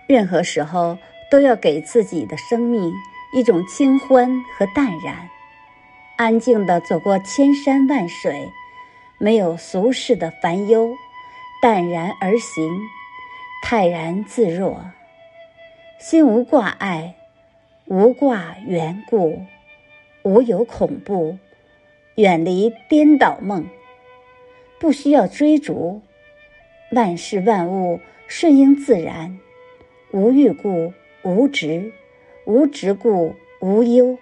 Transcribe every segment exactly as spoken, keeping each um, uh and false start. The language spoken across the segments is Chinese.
任何时候都要给自己的生命一种清欢和淡然，安静地走过千山万水，没有俗世的烦忧，淡然而行，泰然自若，心无挂碍，无挂缘故，无有恐怖，远离颠倒梦，不需要追逐，万事万物顺应自然，无欲故无执，无执故无忧，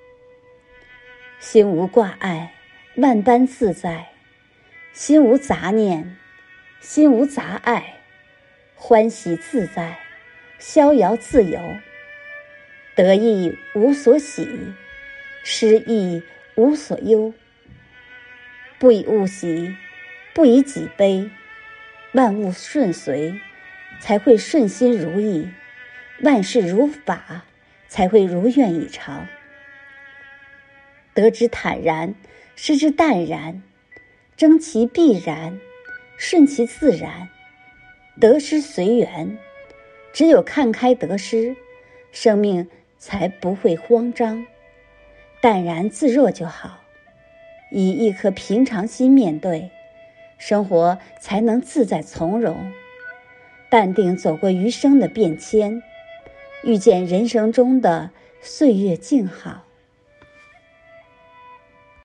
心无挂碍，万般自在，心无杂念，心无杂碍，欢喜自在，逍遥自由，得意无所喜，失意无所忧，不以物喜，不以己悲，万物顺遂，才会顺心如意，万事如法，才会如愿以偿。得之坦然，失之淡然，争其必然，顺其自然，得失随缘，只有看开得失，生命才不会慌张，淡然自若就好，以一颗平常心面对，生活才能自在从容，淡定走过余生的变迁，遇见人生中的岁月静好。